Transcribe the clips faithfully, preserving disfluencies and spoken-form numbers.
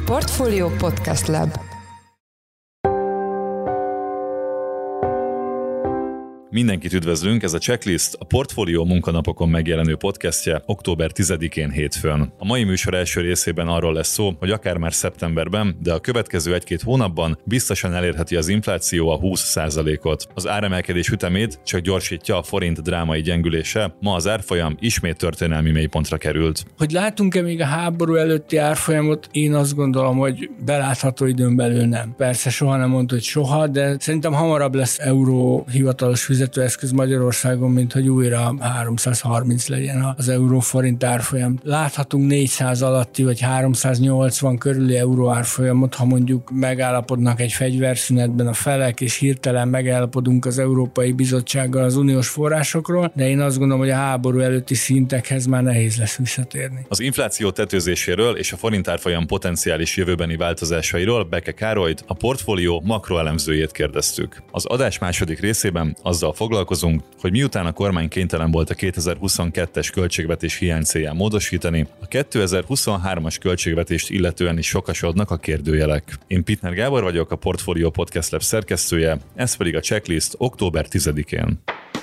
Portfolio Podcast Lab. Mindenkit üdvözlünk, ez a Checklist, a Portfolio munkanapokon megjelenő podcastje október tizedikén hétfőn. A mai műsor első részében arról lesz szó, hogy akár már szeptemberben, de a következő egy-két hónapban biztosan elérheti az infláció a húsz százalékot. Az áremelkedés ütemét csak gyorsítja a forint drámai gyengülése, ma az árfolyam ismét történelmi mélypontra került. Hogy látunk-e még a háború előtti árfolyamot, én azt gondolom, hogy belátható időn belül nem. Persze soha nem mondta, hogy soha, de szerintem hamarabb lesz euró hivatalos fizetőeszköz Magyarországon, mint hogy újra háromszázharminc legyen az euró-forint árfolyam. Láthatunk négyszáz alatti vagy háromszáznyolcvan körüli euró árfolyamot, ha mondjuk megállapodnak egy fegyverszünetben a felek, és hirtelen megállapodunk az Európai Bizottsággal az uniós forrásokról, de én azt gondolom, hogy a háború előtti szintekhez már nehéz lesz visszatérni. Az infláció tetőzéséről és a forint árfolyam potenciális jövőbeni változásairól Beke Károlyt, a Portfolio makroelemzőjét kérdeztük. Az adás második részében azzal foglalkozunk, hogy miután a kormány kénytelen volt a kétezer-huszonkettes költségvetés hiánycélján módosítani, a kétezer-huszonhármas költségvetést illetően is sokasodnak a kérdőjelek. Én Pittner Gábor vagyok, a Portfolio Podcast Lab szerkesztője, ez pedig a Checklist október tizedikén.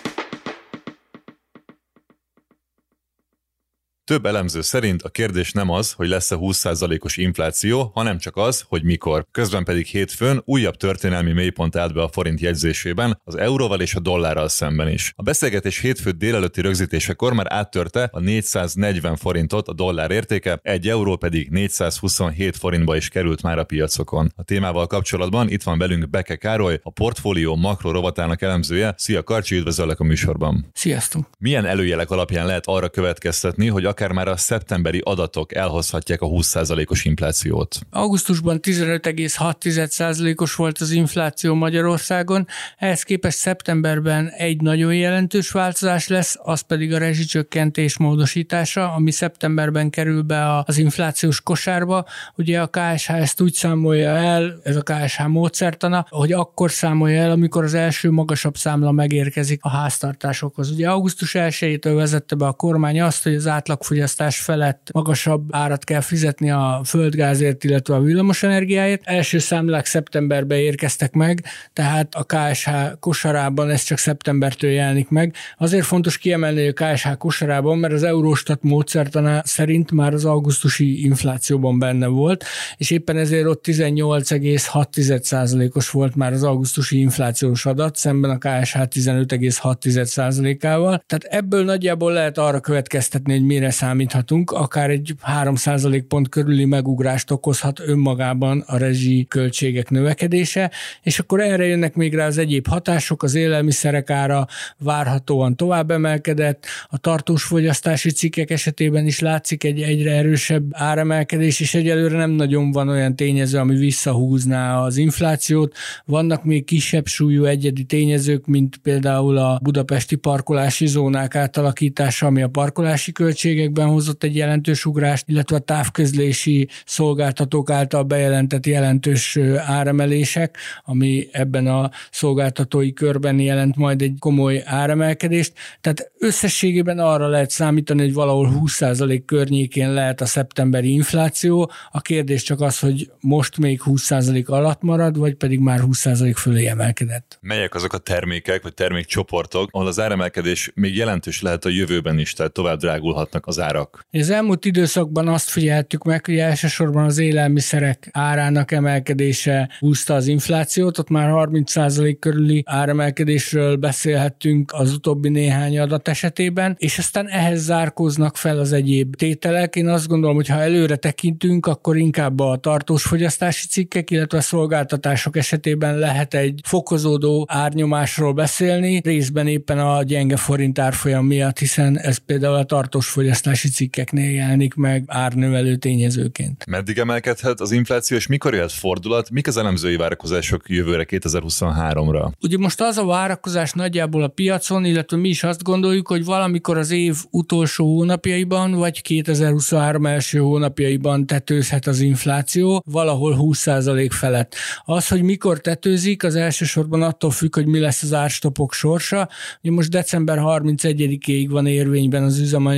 Több elemző szerint a kérdés nem az, hogy lesz-e húsz százalékos infláció, hanem csak az, hogy mikor. Közben pedig hétfőn újabb történelmi mélypont állt be a forint jegyzésében, az euróval és a dollárral szemben is. A beszélgetés hétfő délelőtti rögzítésekor már áttörte a négyszáznegyven forintot a dollár értéke, egy euró pedig négyszázhuszonhét forintba is került már a piacokon. A témával kapcsolatban itt van velünk Beke Károly, a Portfolio makro rovatának elemzője. Szia Karcsi, üdvözöllek a műsorban. Sziasztok! Milyen előjelek alapján lehet arra következtetni, hogy akár már a szeptemberi adatok elhozhatják a húsz százalékos inflációt? Augusztusban tizenöt egész hat százalékos volt az infláció Magyarországon, ehhez képest szeptemberben egy nagyon jelentős változás lesz, az pedig a rezsicsökkentés módosítása, ami szeptemberben kerül be az inflációs kosárba. Ugye a ká es há ezt úgy számolja el, ez a ká es há módszertana, hogy akkor számolja el, amikor az első magasabb számla megérkezik a háztartásokhoz. Ugye augusztus elsejétől vezette be a kormány azt, hogy az átlagfogyasztás felett magasabb árat kell fizetni a földgázért, illetve a villamosenergiáért. Első számlák szeptemberben érkeztek meg, tehát a ká es há kosarában ez csak szeptembertől jelenik meg. Azért fontos kiemelni, hogy a ká es há kosarában, mert az Eurostat módszertana szerint már az augusztusi inflációban benne volt, és éppen ezért ott tizennyolc egész hat százalékos volt már az augusztusi inflációs adat, szemben a ká es há tizenöt egész hat százalékával. Tehát ebből nagyjából lehet arra következtetni, hogy mire számíthatunk, akár egy három százalékpont körüli megugrást okozhat önmagában a rezsi költségek növekedése, és akkor erre jönnek még rá az egyéb hatások, az élelmiszerek ára várhatóan tovább emelkedett, a tartós fogyasztási cikkek esetében is látszik egy egyre erősebb áremelkedés, és egyelőre nem nagyon van olyan tényező, ami visszahúzná az inflációt. Vannak még kisebb súlyú egyedi tényezők, mint például a budapesti parkolási zónák átalakítása, ami a parkolási költségekben hozott egy jelentős ugrást, illetve a távközlési szolgáltatók által bejelentett jelentős áremelések, ami ebben a szolgáltatói körben jelent majd egy komoly áremelkedést. Tehát összességében arra lehet számítani, hogy valahol húsz százalék környékén lehet a szeptemberi infláció. A kérdés csak az, hogy most még húsz százalék alatt marad, vagy pedig már húsz százalék fölé emelkedett. Melyek azok a termékek, vagy termékcsoportok, ahol az áremelkedés még jelentős lehet a jövőben is, tehát tovább drágulhatnak az árak? Az elmúlt időszakban azt figyeltük meg, hogy elsősorban az élelmiszerek árának emelkedése húzta az inflációt, ott már harminc százalék körüli áremelkedésről beszélhettünk az utóbbi néhány adat esetében, és aztán ehhez zárkóznak fel az egyéb tételek. Én azt gondolom, hogy ha előre tekintünk, akkor inkább a tartós fogyasztási cikkek, illetve a szolgáltatások esetében lehet egy fokozódó árnyomásról beszélni, részben éppen a gyenge forint árfolyam miatt, hiszen ez például a tartós fogyasztási cikkeknél jelenik meg árnövelő tényezőként. Meddig emelkedhet az infláció, és mikor jöhet fordulat? Mik az elemzői várakozások jövőre kétezer-huszonháromra? Ugye most az a várakozás nagyjából a piacon, illetve mi is azt gondoljuk, hogy valamikor az év utolsó hónapjaiban, vagy kétezer-huszonhárom első hónapjaiban tetőzhet az infláció, valahol húsz százalék felett. Az, hogy mikor tetőzik, az elsősorban attól függ, hogy mi lesz az árstopok sorsa. Ugye most december harmincegyedikéig van érvényben az üzemanyagok és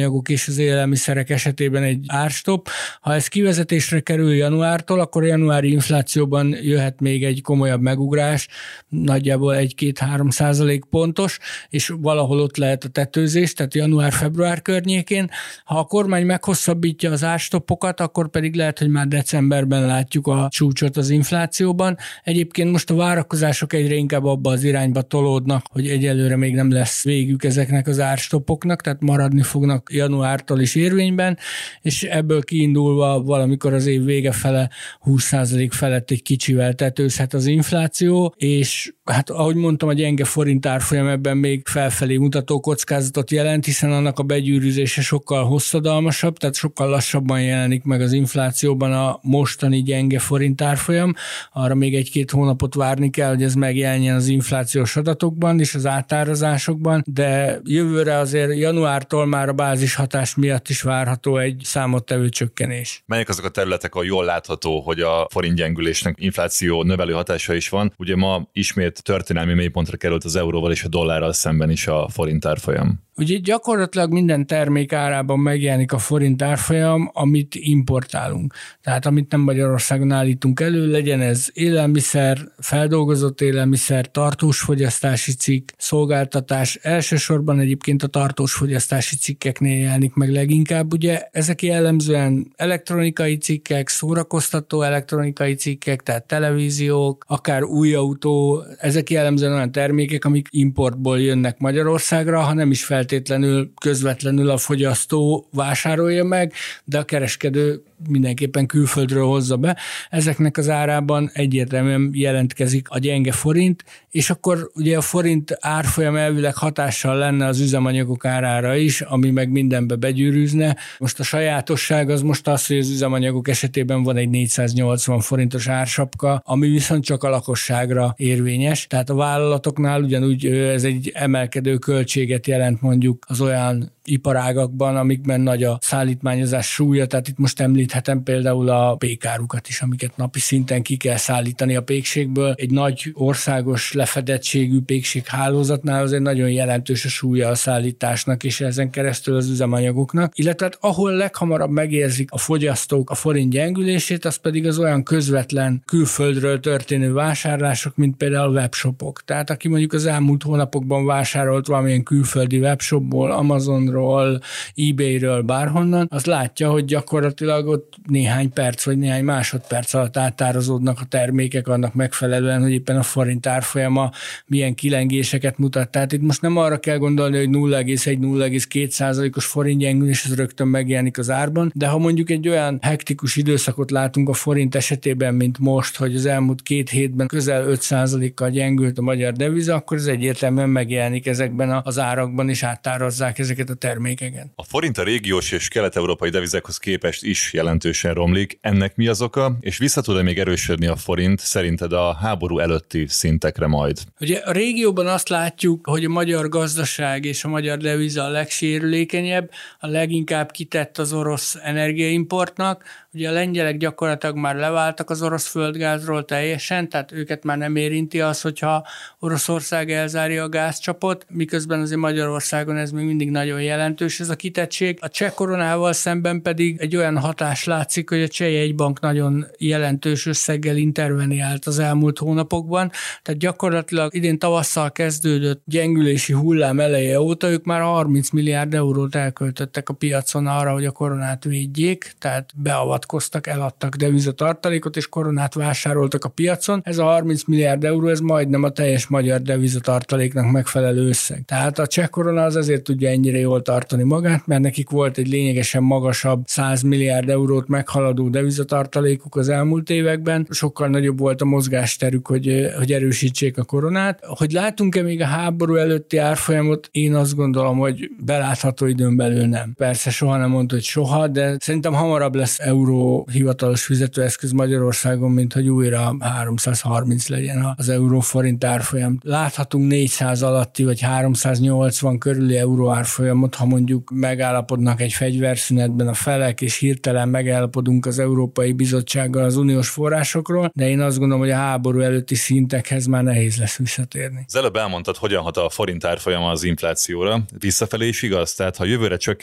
és az élelmiszerek esetében egy árstopp. Ha ez kivezetésre kerül januártól, akkor a januári inflációban jöhet még egy komolyabb megugrás, nagyjából egy-két-három százalék pontos, és valahol ott lehet a tetőzés, tehát január-február környékén. Ha a kormány meghosszabbítja az árstoppokat, akkor pedig lehet, hogy már decemberben látjuk a csúcsot az inflációban. Egyébként most a várakozások egyre inkább abba az irányba tolódnak, hogy egyelőre még nem lesz végük ezeknek az árstoppoknak, tehát maradni fognak januártól is érvényben, és ebből kiindulva valamikor az év vége fele húsz százalék felett egy kicsivel tetőzhet az infláció, és hát ahogy mondtam, a gyenge forint árfolyam ebben még felfelé mutató kockázatot jelent, hiszen annak a begyűrűzése sokkal hosszadalmasabb, tehát sokkal lassabban jelenik meg az inflációban a mostani gyenge forint árfolyam. Arra még egy-két hónapot várni kell, hogy ez megjelenjen az inflációs adatokban és az átárazásokban, de jövőre azért januártól már a bázis hatás miatt is várható egy számottevő csökkenés. Melyek azok a területek, ahol jól látható, hogy a forint gyengülésnek infláció növelő hatása is van? Ugye ma ismét történelmi mélypontra került az euróval és a dollárral szemben is a forint árfolyam. Ugye gyakorlatilag minden termék árában megjelenik a forint árfolyam, amit importálunk. Tehát amit nem Magyarországon állítunk elő, legyen ez élelmiszer, feldolgozott élelmiszer, tartós fogyasztási cikk, szolgáltatás. Elsősorban egyébként a tartós fogyasztási cikkeknél jelenik meg leginkább. Ugye ezek jellemzően elektronikai cikkek, szórakoztató elektronikai cikkek, tehát televíziók, akár új autó, ezek jellemzően olyan termékek, amik importból jönnek Magyarországra, ha nem is fel feltétlenül közvetlenül a fogyasztó vásárolja meg, de a kereskedő mindenképpen külföldről hozza be. Ezeknek az árában egyértelműen jelentkezik a gyenge forint, és akkor ugye a forint árfolyam elvileg hatással lenne az üzemanyagok árára is, ami meg mindenbe begyűrűzne. Most a sajátosság az most az, hogy az üzemanyagok esetében van egy négyszáznyolcvan forintos ársapka, ami viszont csak a lakosságra érvényes. Tehát a vállalatoknál ugyanúgy ez egy emelkedő költséget jelent mondjuk az olyan iparágakban, amikben nagy a szállítmányozás súlya, tehát itt most említhetem például a pékárukat is, amiket napi szinten ki kell szállítani a pékségből. Egy nagy országos lefedettségű pékséghálózatnál azért nagyon jelentős a súlya a szállításnak, és ezen keresztül az üzemanyagoknak, illetve hát, ahol leghamarabb megérzik a fogyasztók a forint gyengülését, az pedig az olyan közvetlen külföldről történő vásárlások, mint például a webshopok. Tehát aki mondjuk az elmúlt hónapokban vásárolt valamilyen külföldi webshopból, Amazonról, eBay-ről, bárhonnan, az látja, hogy gyakorlatilag ott néhány perc vagy néhány másodperc alatt átárazódnak a termékek annak megfelelően, hogy éppen a forint árfolyama milyen kilengéseket mutat. Tehát itt most nem arra kell gondolni, hogy nulla egész egy nulla egész két százalékos forint gyengülés, ez rögtön megjelenik az árban, de ha mondjuk egy olyan hektikus időszakot látunk a forint esetében, mint most, hogy az elmúlt két hétben közel öt százalékkal gyengült a magyar deviza, akkor ez egyértelműen megjelenik ezekben az árakban, és átárazzák ezeket a termékeken. A forint a régiós és kelet-európai devizákhoz képest is jelentősen romlik. Ennek mi az oka, és vissza tud-e még erősödni a forint szerinted a háború előtti szintekre majd? Ugye a régióban azt látjuk, hogy a magyar gazdaság és a magyar deviza a legsérülékenyebb, a leginkább kitett az orosz energiaimportnak. Ugye a lengyelek gyakorlatilag már leváltak az orosz földgázról teljesen, tehát őket már nem érinti az, hogyha Oroszország elzárja a gázcsapot, miközben azért Magyarországon ez még mindig nagyon jelentős ez a kitettség. A cseh koronával szemben pedig egy olyan hatás látszik, hogy a cseh jegybank nagyon jelentős összeggel interveniált az elmúlt hónapokban, tehát gyakorlatilag idén tavasszal kezdődött gyengülési hullám eleje óta ők már harminc milliárd eurót elköltöttek a piacon arra, hogy a koronát védjék, tehát beavatkoztak, eladtak devizatartalékot és koronát vásároltak a piacon. Ez a harminc milliárd euró, ez majdnem a teljes magyar devizatartaléknak megfelelő összeg. Tehát a cseh korona az azért tudja ennyire jól tartani magát, mert nekik volt egy lényegesen magasabb száz milliárd eurót meghaladó devizatartalékuk az elmúlt években. Sokkal nagyobb volt a mozgásterük, hogy, hogy erősítsék a koronát. Hogy látunk-e még a háború előtti árfolyamot? Én azt gondolom, hogy belátható időn belül nem. Persze soha nem mondta, hogy soha, de szerintem hamarabb lesz euró hivatalos fizetőeszköz Magyarországon, mint hogy újra háromszázharminc legyen az euró-forint árfolyam. Láthatunk négyszáz alatti vagy háromszáznyolcvan körüli euró árfolyamot, ha mondjuk megállapodnak egy fegyverszünetben a felek, és hirtelen megállapodunk az Európai Bizottsággal az uniós forrásokról, de én azt gondolom, hogy a háború előtti szintekhez már nehéz lesz visszatérni. Az előbb elmondtad, hogyan hat a forint árfolyama az inflációra. Visszafelé is igaz? Tehát ha jövőre csökken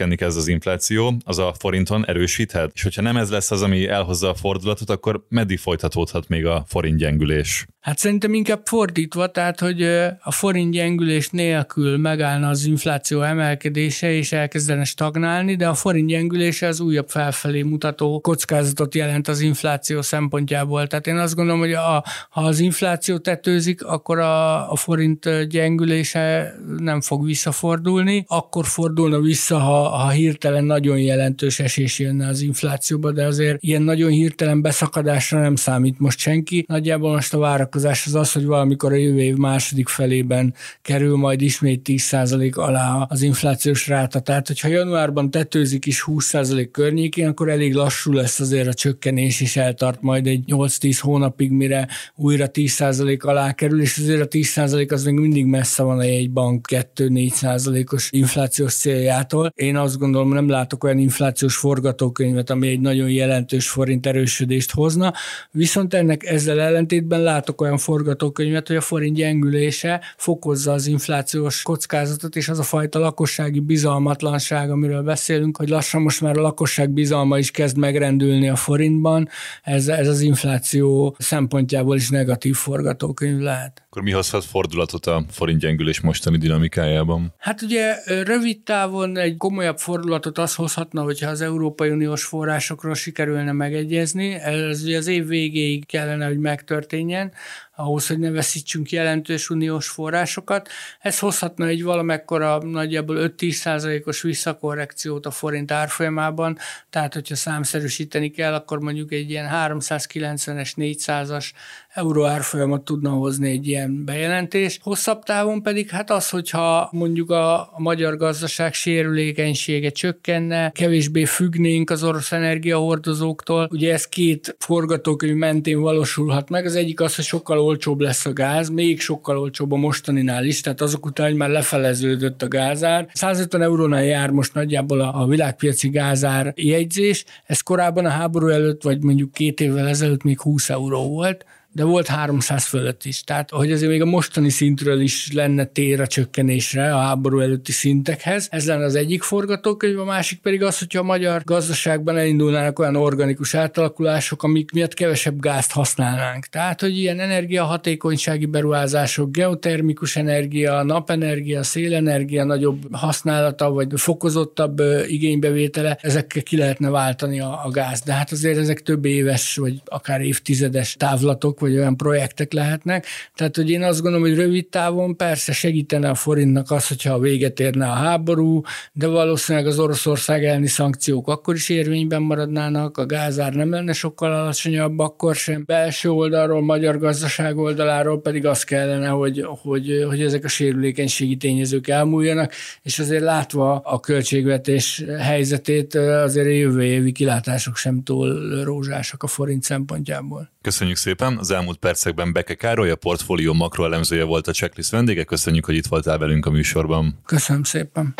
csökkenni kezd az infláció, az a forinton erősíthet, és hogyha nem ez lesz az, ami elhozza a fordulatot, akkor meddig folytatódhat még a forint gyengülés? Hát szerintem inkább fordítva, tehát hogy a forint gyengülés nélkül megállna az infláció emelkedése, és elkezdene stagnálni, de a forint gyengülése az újabb felfelé mutató kockázatot jelent az infláció szempontjából. Tehát én azt gondolom, hogy a, ha az infláció tetőzik, akkor a, a forint gyengülése nem fog visszafordulni, akkor fordulna vissza, ha, ha hirtelen nagyon jelentős esés jönne az inflációba, de azért ilyen nagyon hirtelen beszakadásra nem számít most senki. Nagyjából most a várakozás az az, hogy valamikor a jövő év második felében kerül majd ismét tíz százalék alá az inflációs ráta. Tehát, hogyha januárban tetőzik is húsz százalék környékén, akkor elég lassú lesz azért a csökkenés, és eltart majd egy nyolc-tíz hónapig, mire újra tíz százalék alá kerül, és azért a tíz százalék az még mindig messze van a jegybank kettő-négy százalékos inflációs céljától. Én azt gondolom, nem látok olyan inflációs forgatókönyvet, ami egy nagyon jelentős forint erősödést hozna, viszont ennek ezzel ellentétben látok olyan forgatókönyvet, hogy a forint gyengülése fokozza az inflációs kockázatot, és az a fajta lakossági bizalmatlanság, amiről beszélünk, hogy lassan most már a lakosság bizalma is kezd megrendülni a forintban, ez, ez az infláció szempontjából is negatív forgatókönyv lehet. Akkor mi hozhat fordulatot a forint gyengülés mostani dinamikájában? Hát ugye rövid távon egy komolyabb fordulatot az hozhatna, hogyha az Európai Uniós forrásokról sikerülne megegyezni. Ez ugye az év végéig kellene, hogy megtörténjen, ahhoz, hogy ne veszítsünk jelentős uniós forrásokat. Ez hozhatna egy valamekkora nagyjából öt-tíz százalékos visszakorrekciót a forint árfolyamában, tehát hogyha számszerűsíteni kell, akkor mondjuk egy ilyen háromszázkilencvenes, négyszázas euró árfolyamat tudna hozni egy ilyen bejelentés. Hosszabb távon pedig hát az, hogyha mondjuk a, a magyar gazdaság sérülékenysége csökkenne, kevésbé függnénk az orosz energiahordozóktól. Ugye ez két forgatókönyv mentén valósulhat meg. Az egyik az, hogy sokkal olcsóbb lesz a gáz, még sokkal olcsóbb a mostaninál is, tehát azok után, hogy már lefeleződött a gázár. százötven eurónál jár most nagyjából a, a világpiaci gázár jegyzés. Ez korábban a háború előtt, vagy mondjuk két évvel ezelőtt még húsz euró volt, de volt háromszáz fölött is. Tehát, hogy azért még a mostani szintről is lenne tér a csökkenésre a háború előtti szintekhez. Ez lenne az egyik forgatókönyv, a másik pedig az, hogyha a magyar gazdaságban elindulnának olyan organikus átalakulások, amik miatt kevesebb gázt használnánk. Tehát, hogy ilyen energiahatékonysági beruházások, geotermikus energia, napenergia, szélenergia nagyobb használata, vagy fokozottabb igénybevétele, ezekkel ki lehetne váltani a, a gáz. De hát azért ezek több éves, vagy akár évtizedes távlatok, vagy olyan projektek lehetnek. Tehát, hogy én azt gondolom, hogy rövid távon persze segítene a forintnak az, hogyha véget érne a háború, de valószínűleg az Oroszország elleni szankciók akkor is érvényben maradnának, a gázár nem lenne sokkal alacsonyabb, akkor sem. Belső oldalról, magyar gazdaság oldaláról pedig az kellene, hogy, hogy, hogy ezek a sérülékenységi tényezők elmúljanak, és azért látva a költségvetés helyzetét, azért a jövő évi kilátások sem túl rózsásak a forint szempontjából. Köszönjük szépen! Az elmúlt percekben Beke Károly, a portfólió makroelemzője volt a Checklist vendége. Köszönjük, hogy itt voltál velünk a műsorban. Köszönöm szépen!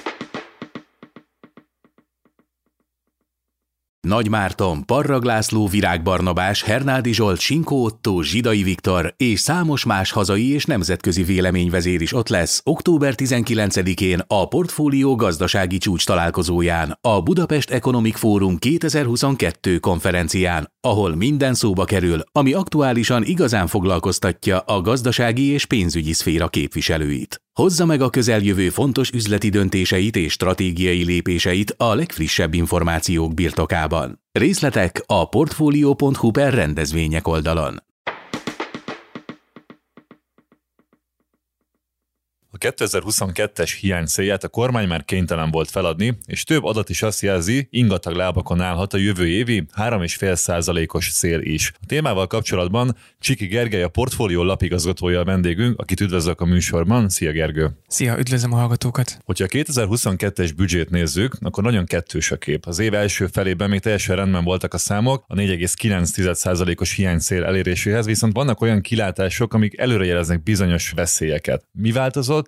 Nagy Márton, Parrag László, Virág Barnabás, Hernádi Zsolt, Sinkó Ottó, Zsidai Viktor és számos más hazai és nemzetközi véleményvezér is ott lesz október tizenkilencedikén a Portfólió gazdasági csúcs találkozóján, a Budapest Economic Forum kétezer-huszonkettő konferencián, ahol minden szóba kerül, ami aktuálisan igazán foglalkoztatja a gazdasági és pénzügyi szféra képviselőit. Hozza meg a közeljövő fontos üzleti döntéseit és stratégiai lépéseit a legfrissebb információk birtokában. Részletek a portfolio pont hu per rendezvények oldalon. A kétezer-huszonkettes hiánycélját a kormány már kénytelen volt feladni, és több adat is azt jelzi, ingatag lábakon állhat a jövő évi három egész öt százalékos cél is. A témával kapcsolatban Csiki Gergely, a portfólió lapigazgatója a vendégünk, akit üdvözlök a műsorban. Szia Gergő! Szia, üdvözlöm a hallgatókat! Hogyha a kétezer-huszonkettes büdzsét nézzük, akkor nagyon kettős a kép. Az év első felében még teljesen rendben voltak a számok a négy egész kilenc százalékos hiánycél eléréséhez, viszont vannak olyan kilátások, amik előrejeleznek bizonyos veszélyeket. Mi változott,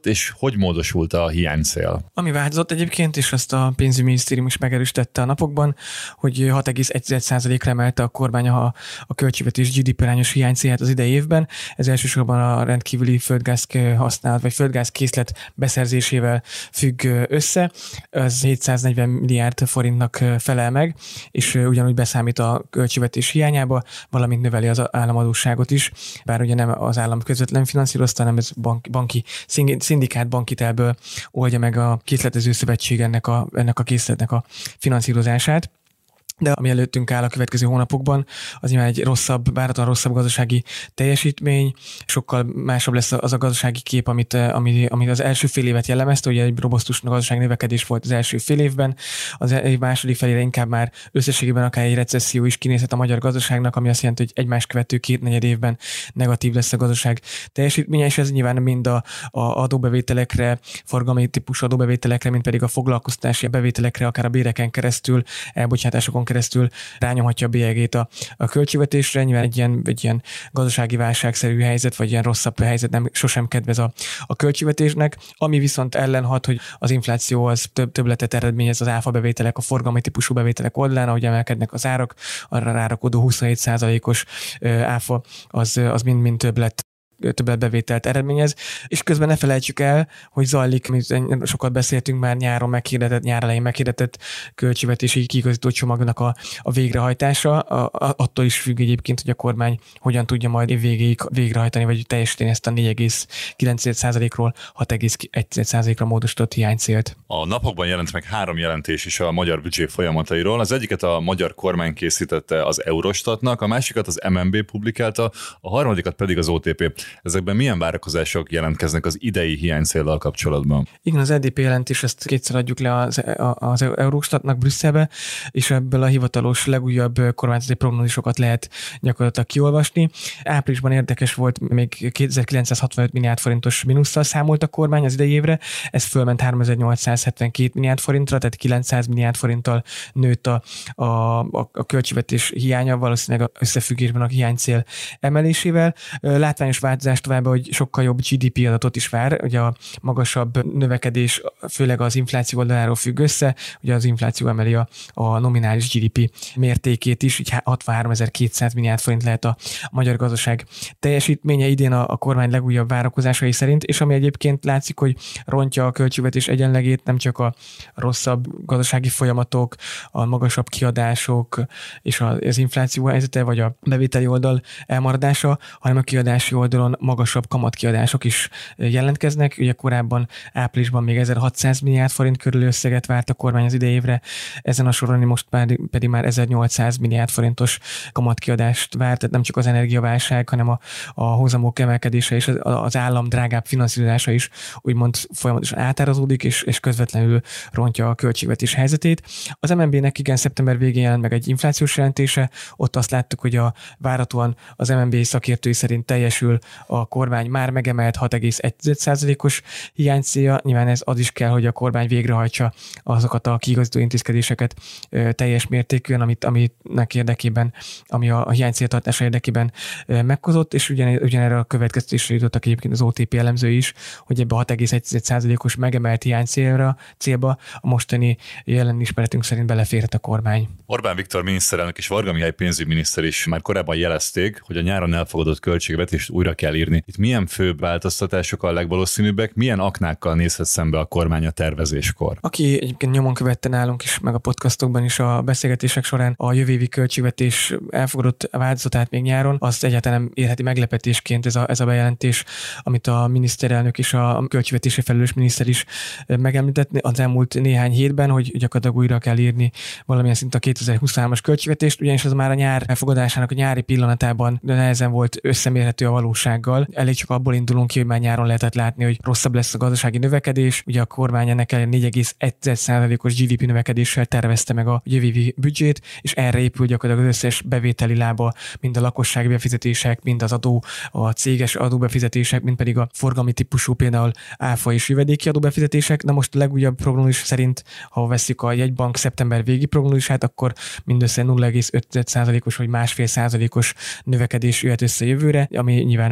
változott, és hogy módosult a hiánycél? Ami változott egyébként, és ezt a pénzügyminisztérium is megerősítette a napokban, hogy hat egész egy százalékra emelte a kormány a, a költségvetés gé dé pé arányos hiánycélját az idei évben. Ez elsősorban a rendkívüli földgáz használat, vagy földgáz készlet beszerzésével függ össze. Ez hétszáznegyven milliárd forintnak felel meg, és ugyanúgy beszámít a költségvetés hiányába, valamint növeli az államadósságot is, bár ugye nem az állam közvetlen finanszírozta, hanem ez bank, banki, szindikát bankitelből oldja meg a készletező szövetség ennek a, ennek a készletnek a finanszírozását. De ami előttünk áll a következő hónapokban, az nyilván egy rosszabb, várhatóan rosszabb gazdasági teljesítmény, sokkal másabb lesz az a gazdasági kép, amit, ami, amit az első fél évet jellemezte, ugye egy robosztus gazdasági növekedés volt az első fél évben, az év második felére inkább már összességében akár egy recesszió is kinézhet a magyar gazdaságnak, ami azt jelenti, hogy egymás követő két negyed évben negatív lesz a gazdaság teljesítménye, és ez nyilván mind a, a adóbevételekre, forgalmi típusú adóbevételekre, mint pedig a foglalkoztatási bevételekre, akár a béreken keresztül, elbocsátásokon keresztül rányomhatja a bélyegét a, a költségvetésre. Nyilván egy ilyen, egy ilyen gazdasági válságszerű helyzet, vagy ilyen rosszabb helyzet nem sosem kedvez a, a költségvetésnek. Ami viszont ellenhat, hogy az infláció az több, többletet eredményez az áfa bevételek, a forgalmi típusú bevételek oldalán, ahogy emelkednek az árak, arra rárakodó huszonhét százalékos áfa az, az mind-mind többlet többet bevételt eredményez, és közben ne felejtsük el, hogy zajlik, amit sokat beszéltünk már nyáron meghirdetett, nyár elején meghirdetett költségvetési kiigazító csomagnak a, a végrehajtása. A, a, attól is függ egyébként, hogy a kormány hogyan tudja majd év végéig végrehajtani, vagy teljesíteni ezt a négy egész kilenc százalékról hat egész egy százalékra módosított hiánycélt. A napokban jelent meg három jelentés is a magyar büdzsé folyamatairól. Az egyiket a magyar kormány készítette az Eurostatnak, a másikat az em en bé publikálta, a harmadikat pedig az o té pé. Ezekben milyen várakozások jelentkeznek az idei hiánycéllal kapcsolatban? Igen, az é dé pé jelentés, ezt kétszer adjuk le az, az Eurostatnak Brüsszelbe, és ebből a hivatalos legújabb kormányzati prognózisokat lehet gyakorlatilag kiolvasni. Áprilisban érdekes volt, még kétezer-kilencszázhatvanöt milliárd forintos mínusszal számolt a kormány az idei évre, ez fölment háromezer-nyolcszázhetvenkét milliárd forintra, tehát kilencszáz milliárd forinttal nőtt a, a, a, a költségvetés hiánya, valószínűleg összefüggésben a hiánycél emelésével. Látványos változás továbbá, hogy sokkal jobb gé dé pé adatot is vár, ugye a magasabb növekedés főleg az infláció oldaláról függ össze, ugye az infláció emeli a, a nominális gé dé pé mértékét is, így hatvanháromezer-kétszáz milliárd forint lehet a magyar gazdaság teljesítménye idén a, a kormány legújabb várakozásai szerint, és ami egyébként látszik, hogy rontja a költségvetés egyenlegét, nem csak a rosszabb gazdasági folyamatok, a magasabb kiadások és az infláció helyzete, vagy a bevételi oldal elmaradása, hanem a kiadási oldalon magasabb kamatkiadások is jelentkeznek. Ugye korábban áprilisban még ezerhatszáz milliárd forint körüli összeget várt a kormány az idei évre, ezen a soron most pedig már ezernyolcszáz milliárd forintos kamatkiadást várt, tehát nem csak az energiaválság, hanem a, a hozamok emelkedése és az állam drágább finanszírozása is úgymond folyamatosan átárazódik, és, és közvetlenül rontja a költségvetés helyzetét. Az em en bé-nek igen szeptember végén jelent meg egy inflációs jelentése, ott azt láttuk, hogy a várhatóan az em en bé szakértői szerint teljesül a kormány már megemelt hat egész egy százalékos hiánycélja. Nyilván ez az is kell, hogy a kormány végrehajtsa azokat a kiigazító intézkedéseket ö, teljes mértékűen, amit, aminek érdekében, ami a, a hiánycél tartása érdekében ö, meghozott, és ugyan, ugyanerre a következtetésre jutottak egyébként az o té pé elemzői is, hogy ebbe a hat egész egy százalékos megemelt hiánycélra, célba a mostani jelen ismeretünk szerint beleférhet a kormány. Orbán Viktor miniszterelnök és Varga Mihály pénzügyminiszter is már korábban jelezték, hogy a nyáron elfogadott költségvetést újra kell írni. Itt milyen főbb változtatások a legvalószínűbbek, milyen aknákkal nézhet szembe a kormány a tervezéskor? Aki egyébként nyomon követte nálunk is, meg a podcastokban is a beszélgetések során a jövő évi költségvetés elfogadott változatát még nyáron, azt egyáltalán nem érheti meglepetésként ez a, ez a bejelentés, amit a miniszterelnök és a költségvetési felelős miniszter is megemlített az elmúlt néhány hétben, hogy gyakorlatilag újra kell írni valamilyen szint a kétezer-huszonhármas költségvetést, ugyanis az már a nyár elfogadásának a nyári pillanatában nehezen volt összemérhető a valósággal. Elég csak abból indulunk ki, hogy már nyáron lehetett látni, hogy rosszabb lesz a gazdasági növekedés. Ugye a kormány ennek ellenére négy egész egy százalékos gé dé pé növekedéssel tervezte meg a jövő évi büdzsét, és erre épül gyakorlatilag az összes bevételi lába, mind a lakossági befizetések, mind az adó, a céges adóbefizetések, mind pedig a forgalmi típusú, például áfa és jövedéki adóbefizetések. Na most a legújabb prognózis szerint, ha vesszük a jegybank szeptember végi prognózisát, akkor mindössze nulla egész öt százalékos vagy másfél százalékos növekedés jöhet össze jövőre, ami nyilván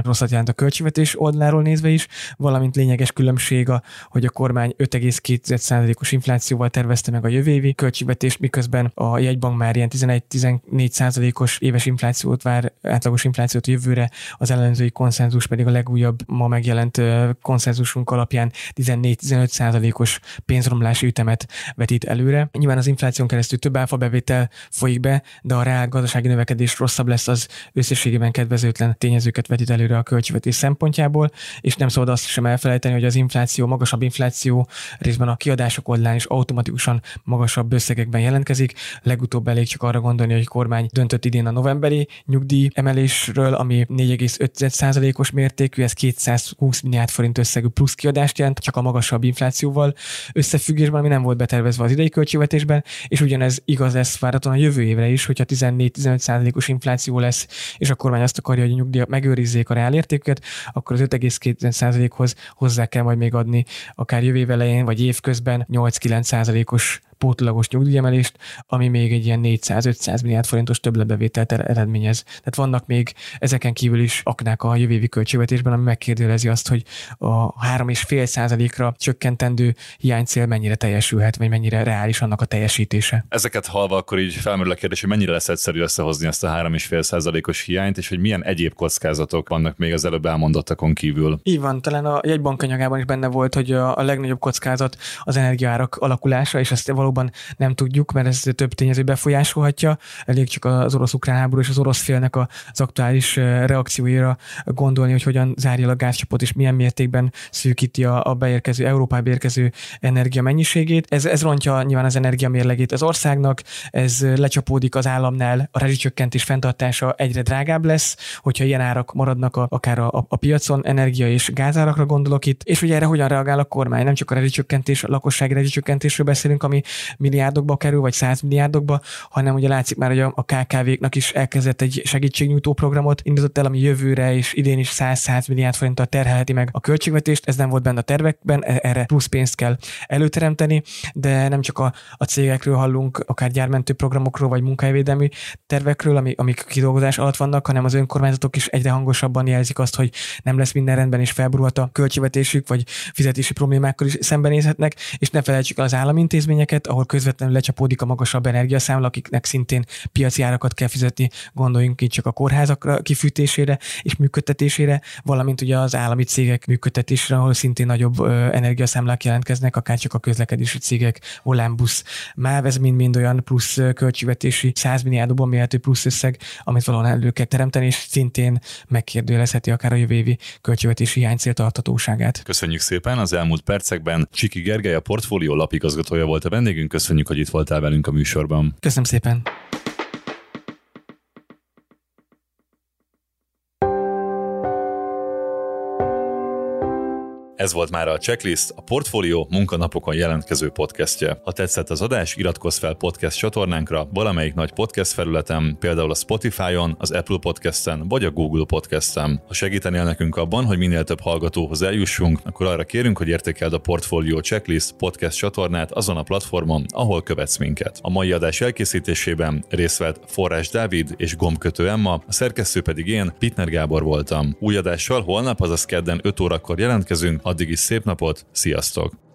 rosszat jelent a költségvetés oldaláról nézve is, valamint lényeges különbség, a, hogy a kormány öt egész két százalékos inflációval tervezte meg a jövő évi költségvetést, miközben a jegybank már ilyen tizenegy-tizennégy százalékos éves inflációt vár, átlagos inflációt jövőre, az ellenzői konszenzus pedig a legújabb ma megjelent konszenzusunk alapján tizennégy-tizenöt százalékos pénzromlási ütemet vetít előre. Nyilván az infláción keresztül több áfabevétel folyik be, de a reál gazdasági növekedés rosszabb lesz, az összességében kedvezőtlen tényezőket vetít előre a költségvetés szempontjából, és nem szabad azt sem elfelejteni, hogy az infláció, magasabb infláció részben a kiadások oldalán is automatikusan magasabb összegekben jelentkezik. Legutóbb elég csak arra gondolni, hogy a kormány döntött idén a novemberi nyugdíj emelésről, ami négy egész öt százalékos mértékű, ez kétszázhúsz milliárd forint összegű plusz kiadást jelent, csak a magasabb inflációval összefüggésben, ami nem volt betervezve az idei költségvetésben, és ugyanez igaz lesz várhatóan a jövő évre is, hogyha tizennégy-tizenöt százalékos infláció lesz, és a kormány azt akarja, hogy a nyugdíjak megőrizzék a reálértéküket, akkor az öt egész két százalékhoz hozzá kell majd még adni akár jövő év elején, vagy évközben nyolc-kilenc százalékos pótlagos nyugdíjemelést, ami még egy ilyen négyszáz-ötszáz milliárd forintos többletbevételt eredményez. Tehát vannak még ezeken kívül is aknák a jövő évi költségvetésben, ami megkérdőjelezi azt, hogy a három egész öt százalékra csökkentendő hiánycél mennyire teljesülhet, vagy mennyire reális annak a teljesítése. Ezeket hallva akkor így felmerül a kérdés, hogy mennyire lesz egyszerű összehozni ezt a három egész öt százalékos hiányt, és hogy milyen egyéb kockázatok vannak még az előbb elmondottakon kívül. Így van, talán a jegybank anyagában is benne volt, hogy a, a legnagyobb kockázat az energiaárak alakulása, és ezt valóban nem tudjuk, mert ez több tényező befolyásolhatja. Elég csak az orosz-ukrán háború és az orosz félnek az aktuális reakcióira gondolni, hogy hogyan zárja a gázcsapot és milyen mértékben szűkíti a, a beérkező, Európába érkező energia mennyiségét. Ez, ez rontja nyilván az energia mérlegét az országnak, ez lecsapódik az államnál, a rezsicsökkentés fenntartása egyre drágább lesz, hogyha ilyen árak maradnak a, akár a, a piacon, energia és gázárakra gondolok itt, és hogy erre hogyan reagál a kormány. Nem csak a rezsicsökkentés, a lakossági rezsicsökkentésről beszélünk, ami milliárdokba kerül, vagy száz milliárdokba, hanem ugye látszik már, hogy a ká ká véknak is elkezdett egy segítségnyújtó programot, indított el, ami jövőre és idén is száz-száz milliárd forinttal terhelheti meg a költségvetést. Ez nem volt benne a tervekben, erre plusz pénzt kell előteremteni, de nem csak a, a cégekről hallunk, akár gyármentő programokról, vagy munkahelyvédelmi tervekről, ami, amik kidolgozás alatt vannak, hanem az önkormányzatok is egyre hangosabban jelzik azt, hogy nem lesz minden rendben, és felborult a költségvetésük, vagy fizetési problémákkal is szembenézhetnek, és ne felejtsük el az állami intézményeket, ahol közvetlenül lecsapódik a magasabb energiaszámla, akiknek szintén piaci árakat kell fizetni, gondoljunk itt csak a kórházakra kifűtésére és működtetésére, valamint ugye az állami cégek működtetésére, ahol szintén nagyobb ö, energiaszámlák jelentkeznek, akár csak a közlekedési cégek, Volánbusz, MÁV, ez mind-mind olyan plusz költségvetési száz milliárdokban mérhető plusz összeg, amit valahol elő kell teremteni, és szintén megkérdőjelezheti akár a jövő évi költségvetési hiánycél tarthatóságát. Köszönjük szépen, az elmúlt percekben Csiki Gergely, a Portfólió lapigazgatója volt a vendégünk. Köszönjük, hogy itt voltál velünk a műsorban. Köszönöm szépen. Ez volt már a Checklist, a Portfólió munkanapokon jelentkező podcastje. Ha tetszett az adás, iratkozz fel podcast csatornánkra valamelyik nagy podcast felületen, például a Spotify-on, az Apple Podcast-en vagy a Google Podcast-en. Ha segítenél nekünk abban, hogy minél több hallgatóhoz eljussunk, akkor arra kérünk, hogy értékeld a Portfólió Checklist podcast csatornát azon a platformon, ahol követsz minket. A mai adás elkészítésében részt vett Forrás Dávid és Gombkötő Emma, a szerkesztő pedig én, Pittner Gábor voltam. Új adással holnap, azaz kedden öt órakor jelentkezünk. Addig is szép napot, sziasztok!